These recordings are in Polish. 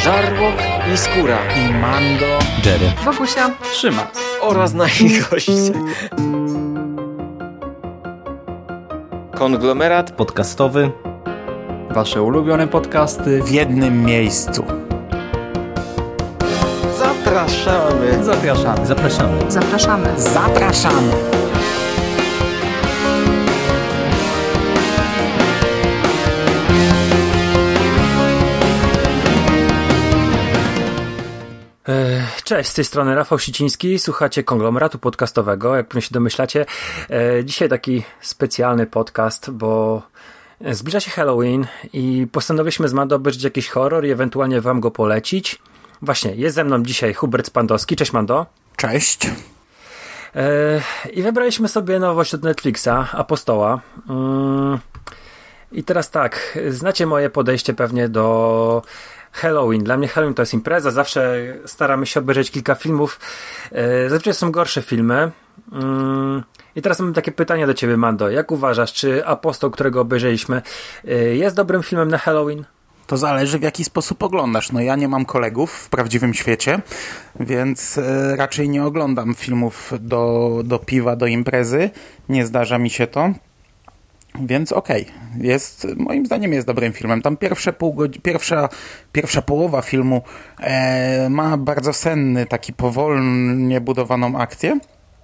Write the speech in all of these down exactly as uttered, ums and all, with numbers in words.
Żarłok i Skóra i Mando, Jerry, Wokusia, Szymas oraz nasi goście. Konglomerat podcastowy. Wasze ulubione podcasty w jednym miejscu. Zapraszamy. Zapraszamy. Zapraszamy. zapraszamy. Zapraszamy. Cześć, z tej strony Rafał Siciński, słuchacie Konglomeratu Podcastowego, jak pewnie się domyślacie. Dzisiaj taki specjalny podcast, bo zbliża się Halloween i postanowiliśmy z Mando obejrzeć jakiś horror i ewentualnie wam go polecić. Właśnie, jest ze mną dzisiaj Hubert Spandowski. Cześć Mando. Cześć. I wybraliśmy sobie nowość od Netflixa, Apostoła. I teraz tak, znacie moje podejście pewnie do Halloween. Dla mnie Halloween to jest impreza. Zawsze staramy się obejrzeć kilka filmów. Zazwyczaj są gorsze filmy. I teraz mam takie pytanie do ciebie, Mando. Jak uważasz, czy Apostoł, którego obejrzeliśmy, jest dobrym filmem na Halloween? To zależy, w jaki sposób oglądasz. No ja nie mam kolegów w prawdziwym świecie, więc e, raczej nie oglądam filmów do, do piwa, do imprezy. Nie zdarza mi się to. Więc okej, okay. Jest, moim zdaniem jest dobrym filmem. Tam pierwsze pół godzi- pierwsza, pierwsza połowa filmu e, ma bardzo senny, taki powolnie budowaną akcję,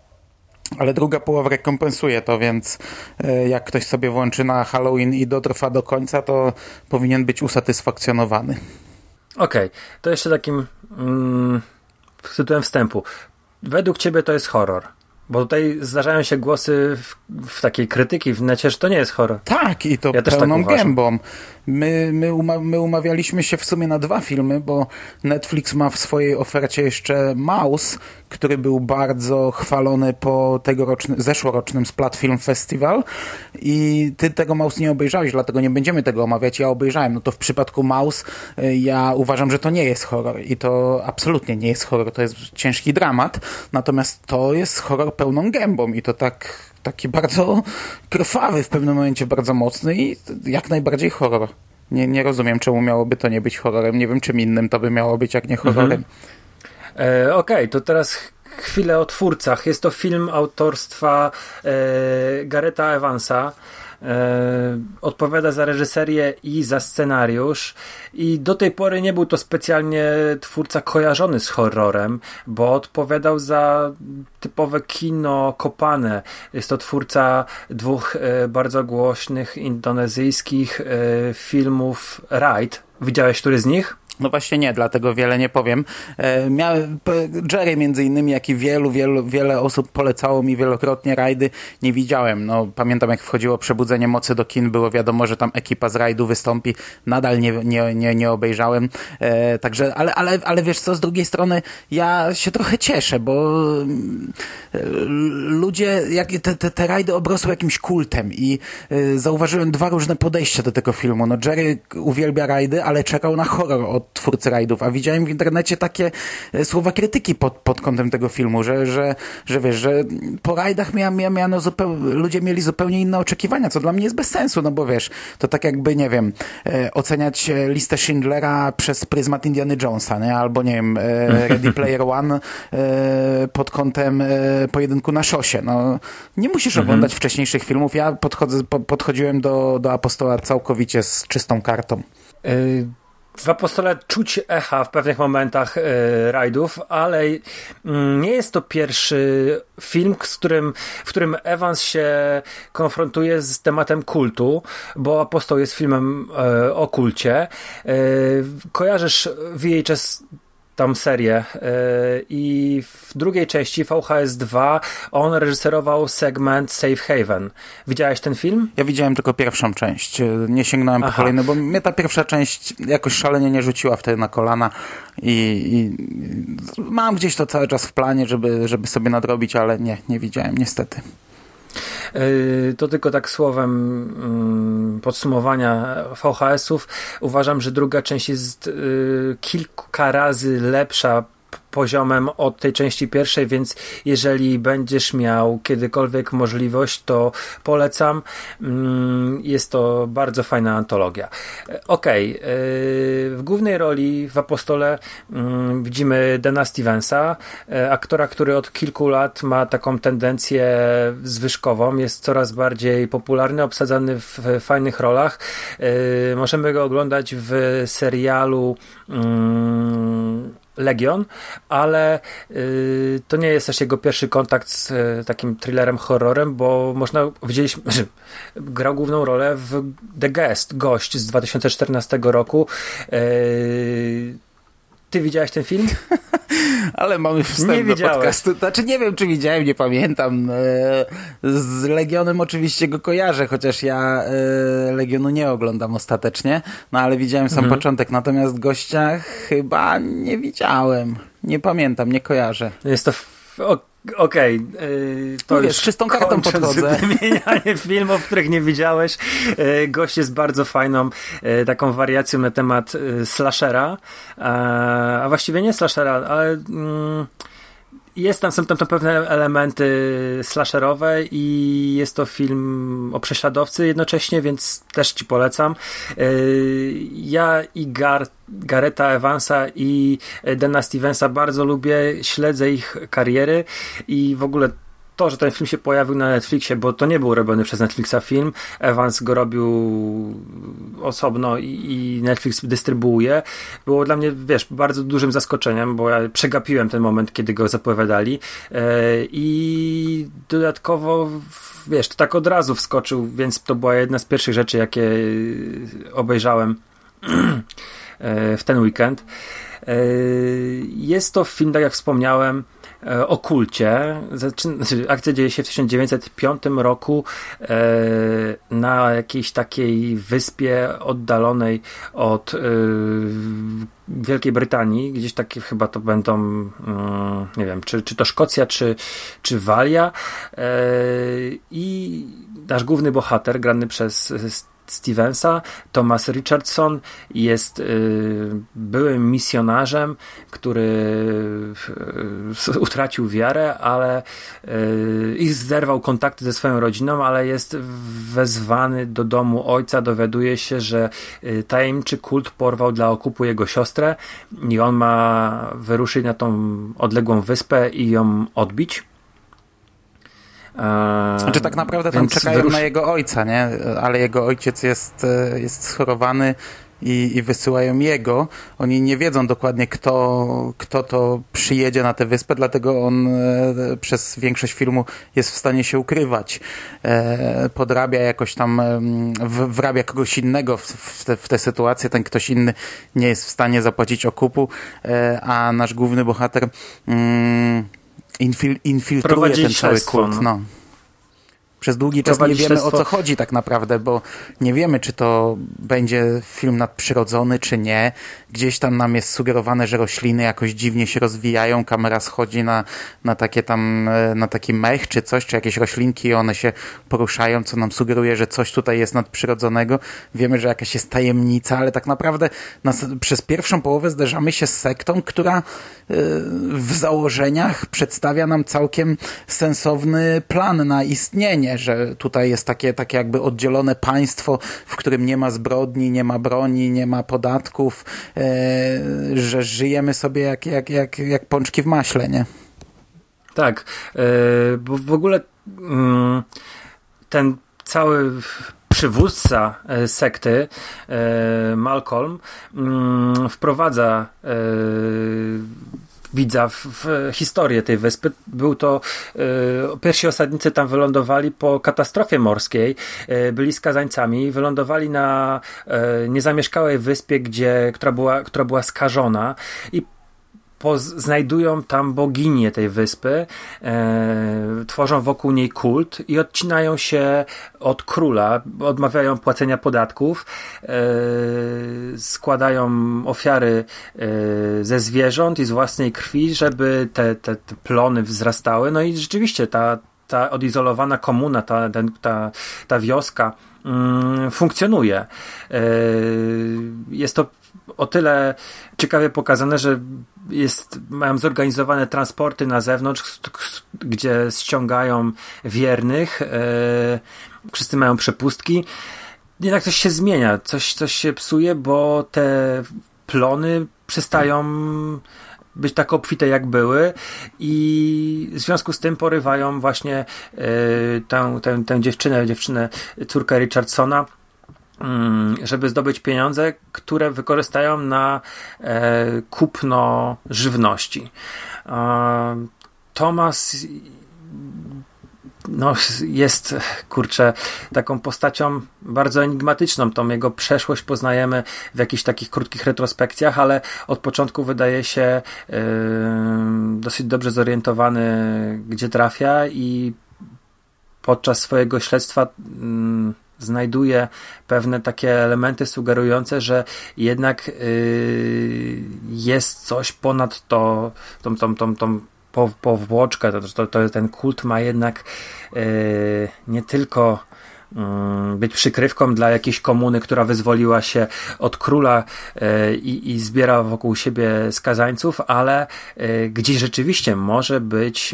ale druga połowa rekompensuje to, więc e, jak ktoś sobie włączy na Halloween i dotrwa do końca, to powinien być usatysfakcjonowany. Okej, okay. To jeszcze takim mm, tytułem wstępu. Według ciebie to jest horror? Bo tutaj zdarzają się głosy w, w takiej krytyki w necie, że to nie jest horror. Tak, i to ja pełną tak gębą. My, my, uma- my umawialiśmy się w sumie na dwa filmy, bo Netflix ma w swojej ofercie jeszcze Mouse, który był bardzo chwalony po tegorocznym, zeszłorocznym Splat Film Festival i ty tego Mouse nie obejrzałeś, dlatego nie będziemy tego omawiać. Ja obejrzałem. No to w przypadku Mouse ja uważam, że to nie jest horror i to absolutnie nie jest horror, to jest ciężki dramat, natomiast to jest horror pełną gębą i to tak, taki bardzo krwawy w pewnym momencie, bardzo mocny i jak najbardziej horror. Nie, nie rozumiem, czemu miałoby to nie być horrorem. Nie wiem, czym innym to by miało być, jak nie horrorem. Mhm. E, Okej, okay, to teraz chwilę o twórcach. Jest to film autorstwa e, Garetha Evansa. E, odpowiada za reżyserię i za scenariusz i do tej pory nie był to specjalnie twórca kojarzony z horrorem, bo odpowiadał za typowe kino kopane. Jest to twórca dwóch e, bardzo głośnych indonezyjskich e, filmów Ride. Widziałeś który z nich? No właśnie nie, dlatego wiele nie powiem. E, miałem, Jerry między innymi, jak i wielu, wielu, wiele osób polecało mi wielokrotnie rajdy, nie widziałem. No, pamiętam jak wchodziło Przebudzenie Mocy do kin, było wiadomo, że tam ekipa z rajdu wystąpi. Nadal nie, nie, nie, nie obejrzałem. E, także, ale, ale, ale wiesz co, z drugiej strony ja się trochę cieszę, bo e, ludzie, jak te, te, te rajdy obrosły jakimś kultem i e, zauważyłem dwa różne podejścia do tego filmu. No Jerry uwielbia rajdy, ale czekał na horror od twórcy rajdów, a widziałem w internecie takie słowa krytyki pod, pod kątem tego filmu, że, że, że wiesz, że po rajdach mia, mia, miano zupeł- ludzie mieli zupełnie inne oczekiwania, co dla mnie jest bez sensu, no bo wiesz, to tak jakby, nie wiem, e, oceniać listę Schindlera przez pryzmat Indiana Jonesa, nie? Albo nie wiem, e, Ready Player One e, pod kątem e, pojedynku na szosie. No, nie musisz mhm. oglądać wcześniejszych filmów. Ja podchodzę, po, podchodziłem do, do Apostoła całkowicie z czystą kartą. Y- W Apostole czuć echa w pewnych momentach y, rajdów, ale y, nie jest to pierwszy film, z którym, w którym Evans się konfrontuje z tematem kultu, bo Apostoł jest filmem y, o kulcie. Y, kojarzysz V H S tam serię yy, i w drugiej części V H S dwa on reżyserował segment Safe Haven. Widziałeś ten film? Ja widziałem tylko pierwszą część. Nie sięgnąłem Aha. po kolejne, bo mnie ta pierwsza część jakoś szalenie nie rzuciła wtedy na kolana i, i mam gdzieś to cały czas w planie, żeby, żeby sobie nadrobić, ale nie, nie widziałem niestety. To tylko tak słowem podsumowania V H S ów. Uważam, że druga część jest kilka razy lepsza poziomem od tej części pierwszej, więc jeżeli będziesz miał kiedykolwiek możliwość, to polecam. Jest to bardzo fajna antologia. Okej, okay. W głównej roli w Apostole widzimy Dana Stevensa, aktora, który od kilku lat ma taką tendencję zwyżkową, jest coraz bardziej popularny, obsadzany w fajnych rolach. Możemy go oglądać w serialu Legion, ale y, to nie jest też jego pierwszy kontakt z y, takim thrillerem, horrorem, bo można, widzieliśmy, że grał główną rolę w The Guest, Gość z dwa tysiące czternastego roku. Y, ty widziałeś ten film? Ale mamy wstęp do podcastu. Znaczy nie wiem, czy widziałem, nie pamiętam. Z Legionem oczywiście go kojarzę, chociaż ja Legionu nie oglądam ostatecznie, no ale widziałem sam mhm. początek, natomiast Gościa chyba nie widziałem. Nie pamiętam, nie kojarzę. Jest to... F- Okej, okay, yy, to no już wiesz, z czystą kartą podchodzę. Wymienianie filmów, których nie widziałeś. Yy, Gość jest bardzo fajną yy, taką wariacją na temat yy, slashera, yy, a właściwie nie slashera, ale yy, jest tam, są tam pewne elementy slasherowe i jest to film o prześladowcy jednocześnie, więc też ci polecam. Ja i Gar, Gareta Evansa i Dana Stevensa bardzo lubię, śledzę ich kariery i w ogóle to, że ten film się pojawił na Netflixie, bo to nie był robiony przez Netflixa film, Evans go robił osobno i, i Netflix dystrybuuje, było dla mnie, wiesz, bardzo dużym zaskoczeniem, bo ja przegapiłem ten moment, kiedy go zapowiadali yy, i dodatkowo, wiesz, to tak od razu wskoczył, więc to była jedna z pierwszych rzeczy, jakie obejrzałem yy, w ten weekend. Yy, jest to film, tak jak wspomniałem, o kulcie. Znaczy, akcja dzieje się w tysiąc dziewięćset piątym roku e, na jakiejś takiej wyspie oddalonej od e, Wielkiej Brytanii. Gdzieś takie chyba to będą mm, nie wiem, czy, czy to Szkocja, czy, czy Walia. E, I nasz główny bohater, grany przez Stevensa, Thomas Richardson, jest y, byłym misjonarzem, który y, utracił wiarę, ale y, i zerwał kontakty ze swoją rodziną, ale jest wezwany do domu ojca, dowiaduje się, że y, tajemniczy kult porwał dla okupu jego siostrę i on ma wyruszyć na tą odległą wyspę i ją odbić. Znaczy tak naprawdę tam czekają wyrusz... na jego ojca, nie? Ale jego ojciec jest, jest schorowany i, i wysyłają jego. Oni nie wiedzą dokładnie, kto, kto to przyjedzie na tę wyspę, dlatego on e, przez większość filmu jest w stanie się ukrywać. E, podrabia jakoś tam, e, w, wrabia kogoś innego w, w, te, w tę sytuację. Ten ktoś inny nie jest w stanie zapłacić okupu, e, a nasz główny bohater mm, Infil, infiltruje ten cały kult. No. Przez długi czas nie wiemy, o co chodzi tak naprawdę, bo nie wiemy, czy to będzie film nadprzyrodzony, czy nie. Gdzieś tam nam jest sugerowane, że rośliny jakoś dziwnie się rozwijają, kamera schodzi na, na takie tam, na taki mech, czy coś, czy jakieś roślinki i one się poruszają, co nam sugeruje, że coś tutaj jest nadprzyrodzonego. Wiemy, że jakaś jest tajemnica, ale tak naprawdę nas, przez pierwszą połowę zderzamy się z sektą, która yy, w założeniach przedstawia nam całkiem sensowny plan na istnienie, że tutaj jest takie, takie jakby oddzielone państwo, w którym nie ma zbrodni, nie ma broni, nie ma podatków, e, że żyjemy sobie jak, jak, jak, jak pączki w maśle, nie? Tak, e, bo w ogóle mm, ten cały przywódca e, sekty e, Malcolm mm, wprowadza e, widza w, w historię tej wyspy. Był to y, pierwsi osadnicy tam wylądowali po katastrofie morskiej, y, byli skazańcami, wylądowali na y, niezamieszkałej wyspie, gdzie, która była, która była skażona i Poz, znajdują tam boginię tej wyspy, e, tworzą wokół niej kult i odcinają się od króla, odmawiają płacenia podatków, e, składają ofiary e, ze zwierząt i z własnej krwi, żeby te, te, te plony wzrastały. No i rzeczywiście ta, ta odizolowana komuna, ta, ta, ta, ta wioska mm, funkcjonuje. E, jest to o tyle ciekawie pokazane, że jest, mają zorganizowane transporty na zewnątrz, gdzie ściągają wiernych, yy, wszyscy mają przepustki. Jednak coś się zmienia, coś, coś się psuje, bo te plony przestają być tak obfite jak były i w związku z tym porywają właśnie yy, tę, tę, tę dziewczynę, dziewczynę, córkę Richardsona, yy, żeby zdobyć pieniądze, które wykorzystają na yy, kupno żywności. Yy, Thomas no, jest, kurczę, taką postacią bardzo enigmatyczną. Tą jego przeszłość poznajemy w jakichś takich krótkich retrospekcjach, ale od początku wydaje się yy, dosyć dobrze zorientowany, gdzie trafia, i podczas swojego śledztwa yy, znajduje pewne takie elementy sugerujące, że jednak yy, jest coś ponad to, tą, tą, tą, tą Po, powłoczkę, to, to, to ten kult ma jednak yy, nie tylko yy, być przykrywką dla jakiejś komuny, która wyzwoliła się od króla yy, i, i zbiera wokół siebie skazańców, ale yy, gdzieś rzeczywiście może być yy,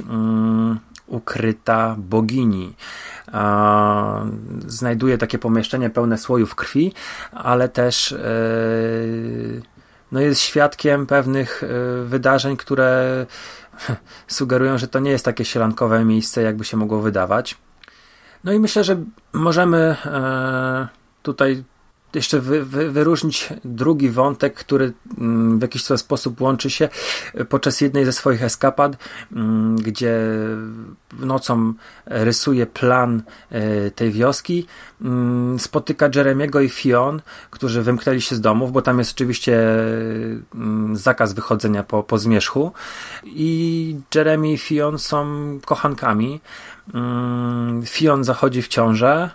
ukryta bogini. Yy, znajduje takie pomieszczenie pełne słojów krwi, ale też yy, no jest świadkiem pewnych yy, wydarzeń, które sugerują, że to nie jest takie sielankowe miejsce, jakby się mogło wydawać. No i myślę, że możemy e, tutaj jeszcze wy, wy, wyróżnić drugi wątek, który mm, w jakiś sposób łączy się podczas jednej ze swoich eskapad, mm, gdzie nocą rysuje plan e, tej wioski. Mm, spotyka Jeremiego i Fionn, którzy wymknęli się z domów, bo tam jest oczywiście mm, zakaz wychodzenia po, po zmierzchu. I Jeremy i Fionn są kochankami. Mm, Fionn zachodzi w ciążę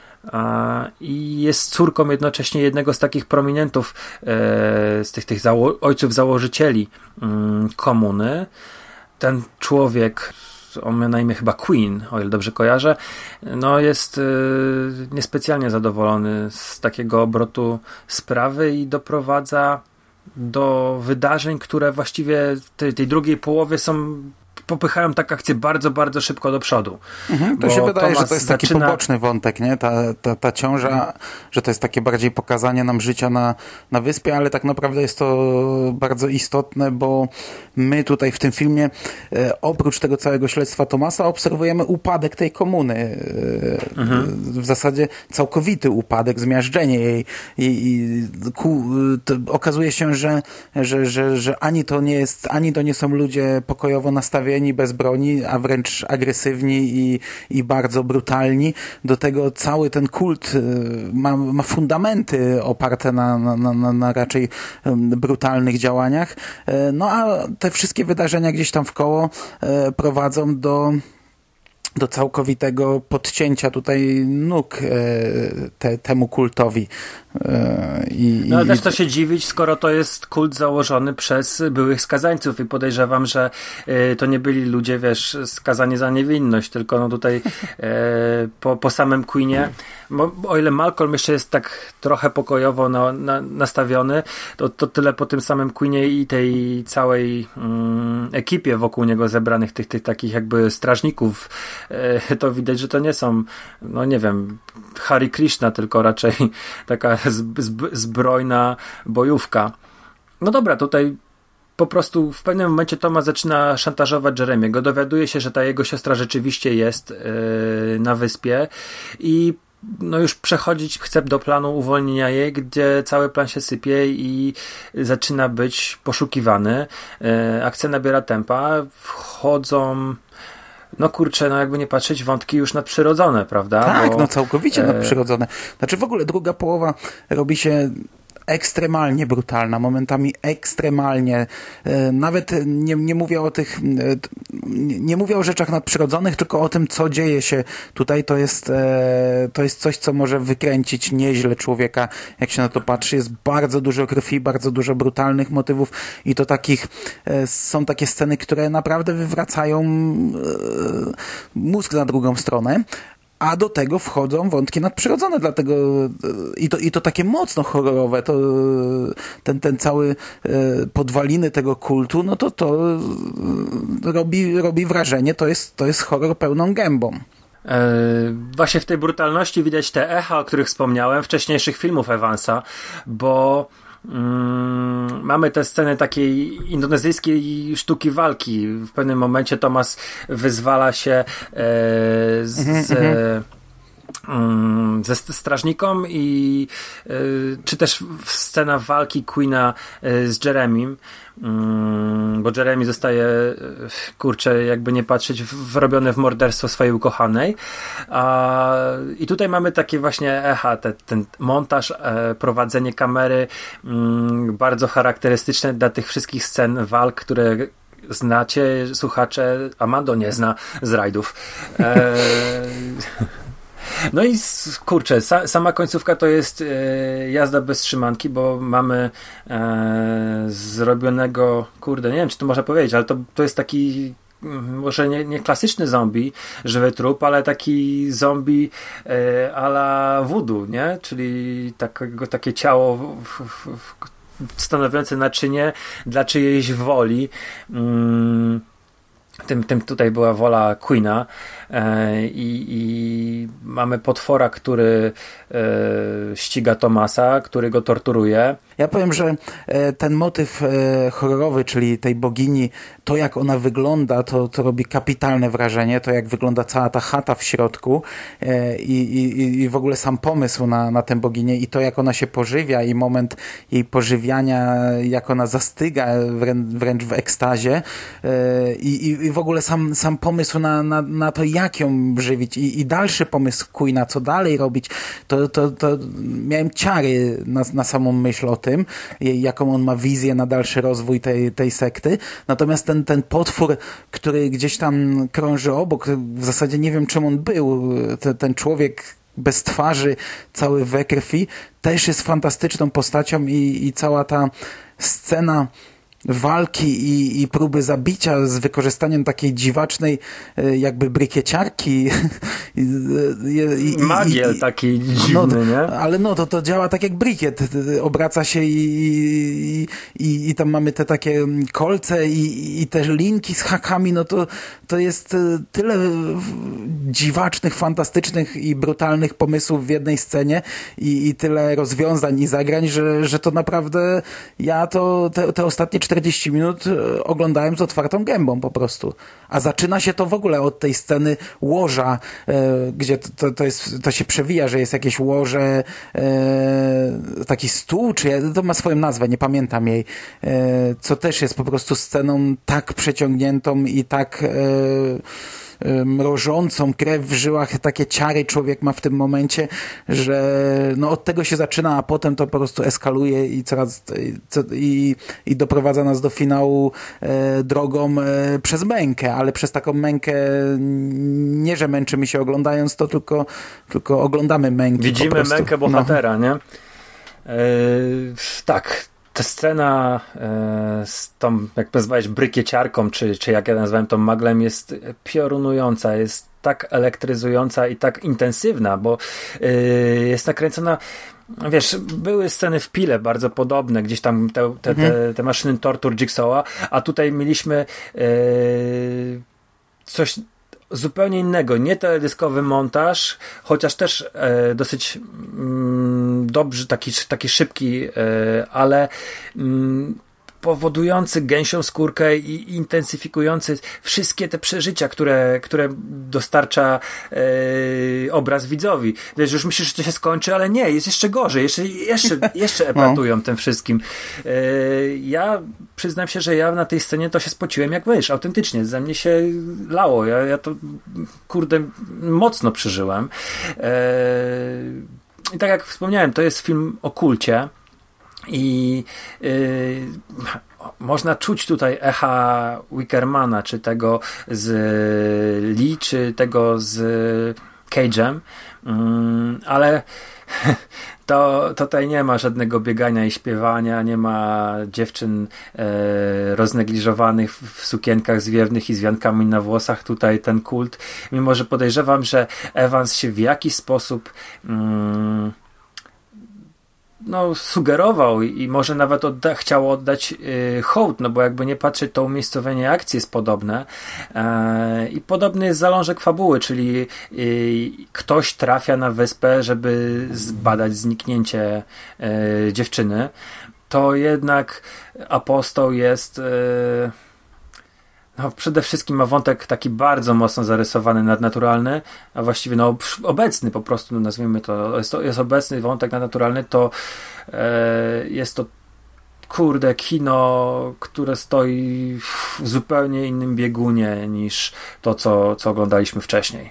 i jest córką jednocześnie jednego z takich prominentów, z tych, tych zało- ojców założycieli komuny. Ten człowiek, on ma na imię chyba Queen, o ile dobrze kojarzę, no jest niespecjalnie zadowolony z takiego obrotu sprawy i doprowadza do wydarzeń, które właściwie w tej, tej drugiej połowie są popychają tak akcję bardzo, bardzo szybko do przodu. Mhm, to się wydaje, Thomas że to jest taki zaczyna... poboczny wątek, nie? Ta, ta, ta ciąża, mhm. że to jest takie bardziej pokazanie nam życia na, na wyspie, ale tak naprawdę jest to bardzo istotne, bo my tutaj w tym filmie e, oprócz tego całego śledztwa Thomasa obserwujemy upadek tej komuny. E, mhm. W zasadzie całkowity upadek, zmiażdżenie jej. I, i ku, okazuje się, że, że, że, że ani to nie jest, ani to nie są ludzie pokojowo nastawieni, bez broni, a wręcz agresywni i, i bardzo brutalni. Do tego cały ten kult ma, ma fundamenty oparte na, na, na, na raczej brutalnych działaniach. No a te wszystkie wydarzenia gdzieś tam wkoło prowadzą do do całkowitego podcięcia tutaj nóg te, temu kultowi. I, no ale i... też to się dziwić, skoro to jest kult założony przez byłych skazańców i podejrzewam, że y, to nie byli ludzie, wiesz, skazani za niewinność, tylko no tutaj y, po, po samym Queenie, bo, o ile Malcolm jeszcze jest tak trochę pokojowo na, na, nastawiony, to, to tyle po tym samym Queenie i tej całej mm, ekipie wokół niego zebranych, tych, tych takich jakby strażników, y, to widać, że to nie są, no nie wiem, Hare Krishna, tylko raczej taka zbrojna bojówka. No dobra, tutaj po prostu w pewnym momencie Thomas zaczyna szantażować Jeremiego. Dowiaduje się, że ta jego siostra rzeczywiście jest yy, na wyspie i no już przechodzić chce do planu uwolnienia jej, gdzie cały plan się sypie i zaczyna być poszukiwany. Yy, akcja nabiera tempa. Wchodzą no kurczę, no jakby nie patrzeć, wątki już nadprzyrodzone, prawda? Tak, Bo, no całkowicie e... nadprzyrodzone. Znaczy w ogóle druga połowa robi się ekstremalnie brutalna, momentami ekstremalnie. Nawet nie, nie mówię o tych, nie mówię o rzeczach nadprzyrodzonych, tylko o tym, co dzieje się tutaj. To jest, to jest coś, co może wykręcić nieźle człowieka, jak się na to patrzy. Jest bardzo dużo krwi, bardzo dużo brutalnych motywów i to takich, są takie sceny, które naprawdę wywracają mózg na drugą stronę. a do tego wchodzą wątki nadprzyrodzone, dlatego i to, i to takie mocno horrorowe, to ten, ten cały podwaliny tego kultu, no to to robi, robi wrażenie, to jest, to jest horror pełną gębą. Właśnie w tej brutalności widać te echa, o których wspomniałem, wcześniejszych filmów Evansa, bo mm, mamy te sceny takiej indonezyjskiej sztuki walki. W pewnym momencie Thomas wyzwala się e, z, z ze strażnikom i czy też scena walki Queena z Jeremym, bo Jeremy zostaje, kurczę, jakby nie patrzeć, wrobiony w morderstwo swojej ukochanej. A, i tutaj mamy takie właśnie echa, te, ten montaż, prowadzenie kamery bardzo charakterystyczne dla tych wszystkich scen walk, które znacie, słuchacze, Amando nie zna z rajdów. E, No i kurczę, sa, sama końcówka to jest e, jazda bez trzymanki, bo mamy e, zrobionego, kurde, nie wiem, czy to można powiedzieć, ale to, to jest taki może nie, nie klasyczny zombie, żywy trup, ale taki zombie e, a la voodoo, nie? Czyli takiego, takie ciało w, w, w, stanowiące naczynie dla czyjejś woli. Mm. Tym, tym tutaj była wola Queena e, i, i mamy potwora, który e, ściga Thomasa, który go torturuje. Ja powiem, że e, ten motyw e, horrorowy, czyli tej bogini, to jak ona wygląda, to, to robi kapitalne wrażenie, to jak wygląda cała ta chata w środku e, i, i, i w ogóle sam pomysł na, na tę boginię i to jak ona się pożywia i moment jej pożywiania, jak ona zastyga wręcz, wręcz w ekstazie e, i, i w ogóle sam, sam pomysł na, na, na to, jak ją żywić i, i dalszy pomysł Queena, co dalej robić, to, to, to miałem ciary na, na samą myśl o tym, jaką on ma wizję na dalszy rozwój tej, tej sekty. Natomiast ten, ten potwór, który gdzieś tam krąży obok, w zasadzie nie wiem, czym on był, ten, ten człowiek bez twarzy, cały we krwi, też jest fantastyczną postacią i, i cała ta scena walki i, i próby zabicia z wykorzystaniem takiej dziwacznej jakby brykieciarki. I, i, Magiel i, taki dziwny, no, nie? Ale no, to, to działa tak jak brykiet. Obraca się i, i, i tam mamy te takie kolce i, i te linki z hakami, no to, to jest tyle dziwacznych, fantastycznych i brutalnych pomysłów w jednej scenie i, i tyle rozwiązań i zagrań, że, że to naprawdę ja to te, te ostatnie czterdzieści minut oglądałem z otwartą gębą po prostu. A zaczyna się to w ogóle od tej sceny łoża, e, gdzie to, to, jest, to się przewija, że jest jakieś łoże, e, taki stół, czy to ma swoją nazwę, nie pamiętam jej, e, co też jest po prostu sceną tak przeciągniętą i tak e, mrożącą krew w żyłach, takie ciary człowiek ma w tym momencie, że no od tego się zaczyna, a potem to po prostu eskaluje i coraz i, i doprowadza nas do finału e, drogą e, przez mękę, ale przez taką mękę nie, że męczymy się oglądając to, tylko, tylko oglądamy męki. Widzimy mękę bohatera, no. Nie? E, tak. Ta scena e, z tą, jak nazwałeś, brykieciarką, czy, czy jak ja nazwałem tą maglem, jest piorunująca, jest tak elektryzująca i tak intensywna, bo e, jest nakręcona. Wiesz, były sceny w Pile bardzo podobne, gdzieś tam te, te, mhm. te, te maszyny tortur Jigsaw'a, a tutaj mieliśmy e, coś zupełnie innego, nie teledyskowy montaż, chociaż też e, dosyć mm, dobry, taki, taki szybki, e, ale mm, powodujący gęsią skórkę i intensyfikujący wszystkie te przeżycia, które, które dostarcza e, obraz widzowi. Wiesz, już myślisz, że to się skończy, ale nie, jest jeszcze gorzej, jeszcze, jeszcze, jeszcze epatują no. tym wszystkim. E, ja przyznam się, że ja na tej scenie to się spociłem jak mysz, autentycznie, ze mnie się lało, ja, ja to kurde mocno przeżyłem. E, I tak jak wspomniałem, to jest film o kulcie, i yy, można czuć tutaj echa Wickermana, czy tego z Lee, czy tego z Cage'em, mm, ale to tutaj nie ma żadnego biegania i śpiewania, nie ma dziewczyn e, roznegliżowanych w sukienkach zwiewnych i z wiankami na włosach. Tutaj ten kult, mimo że podejrzewam, że Evans się w jakiś sposób mm, no, sugerował i może nawet odda- chciał oddać y, hołd, no bo jakby nie patrzeć, to umiejscowienie akcji jest podobne e, i podobny jest zalążek fabuły, czyli y, ktoś trafia na wyspę, żeby zbadać zniknięcie y, dziewczyny. To jednak Apostoł jest... Y, No, przede wszystkim ma wątek taki bardzo mocno zarysowany, nadnaturalny, a właściwie no, obecny po prostu, no, nazwijmy to, jest, to, jest obecny wątek nadnaturalny, to e, jest to kurde kino, które stoi w zupełnie innym biegunie niż to, co, co oglądaliśmy wcześniej.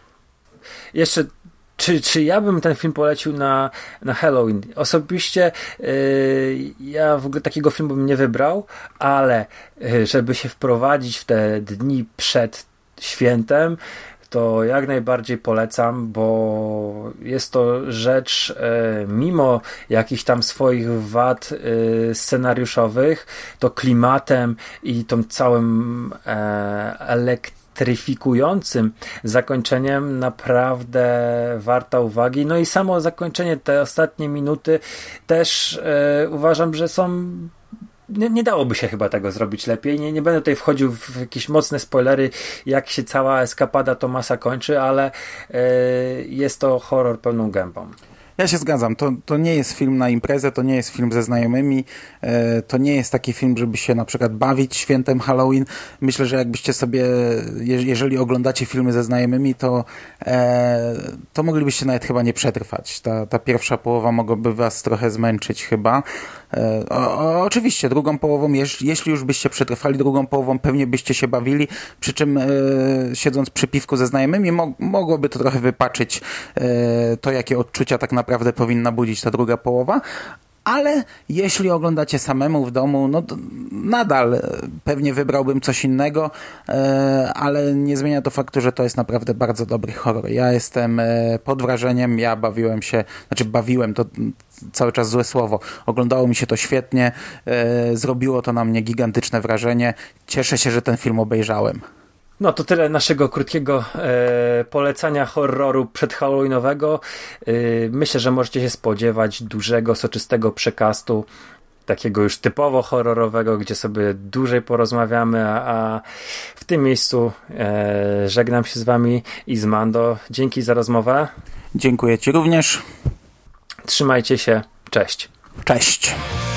Jeszcze Czy, czy ja bym ten film polecił na, na Halloween? Osobiście yy, ja w ogóle takiego filmu bym nie wybrał, ale yy, żeby się wprowadzić w te dni przed świętem, to jak najbardziej polecam, bo jest to rzecz, yy, mimo jakichś tam swoich wad yy, scenariuszowych, to klimatem i tą całym yy, elektrycznym tryfikującym zakończeniem naprawdę warta uwagi. No i samo zakończenie, te ostatnie minuty też e, uważam, że są nie, nie dałoby się chyba tego zrobić lepiej. Nie, nie będę tutaj wchodził w jakieś mocne spoilery, jak się cała eskapada Thomasa kończy, ale e, jest to horror pełną gębą. Ja się zgadzam. To, to nie jest film na imprezę, to nie jest film ze znajomymi, e, to nie jest taki film, żeby się na przykład bawić świętem Halloween. Myślę, że jakbyście sobie, je, jeżeli oglądacie filmy ze znajomymi, to, e, to moglibyście nawet chyba nie przetrwać. Ta, ta pierwsza połowa mogłaby was trochę zmęczyć chyba. E, o, o, oczywiście drugą połową, jeż, jeśli już byście przetrwali drugą połową, pewnie byście się bawili, przy czym e, siedząc przy piwku ze znajomymi, mo, mogłoby to trochę wypaczyć e, to, jakie odczucia tak naprawdę naprawdę powinna budzić ta druga połowa, ale jeśli oglądacie samemu w domu, no to nadal pewnie wybrałbym coś innego, ale nie zmienia to faktu, że to jest naprawdę bardzo dobry horror. Ja jestem pod wrażeniem, ja bawiłem się, znaczy bawiłem, to cały czas złe słowo. Oglądało mi się to świetnie, zrobiło to na mnie gigantyczne wrażenie. Cieszę się, że ten film obejrzałem. No to tyle naszego krótkiego e, polecania horroru przedhalloweenowego. E, myślę, że możecie się spodziewać dużego, soczystego przekastu, takiego już typowo horrorowego, gdzie sobie dłużej porozmawiamy, a, a w tym miejscu e, żegnam się z wami i z Mando. Dzięki za rozmowę. Dziękuję ci również. Trzymajcie się. Cześć. Cześć.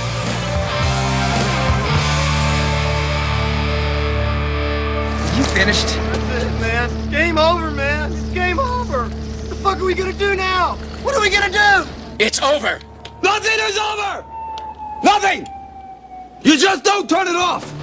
You finished? That's it, man. Game over, man. It's game over. What the fuck are we gonna do now? What are we gonna do? It's over. Nothing is over. Nothing. You just don't turn it off.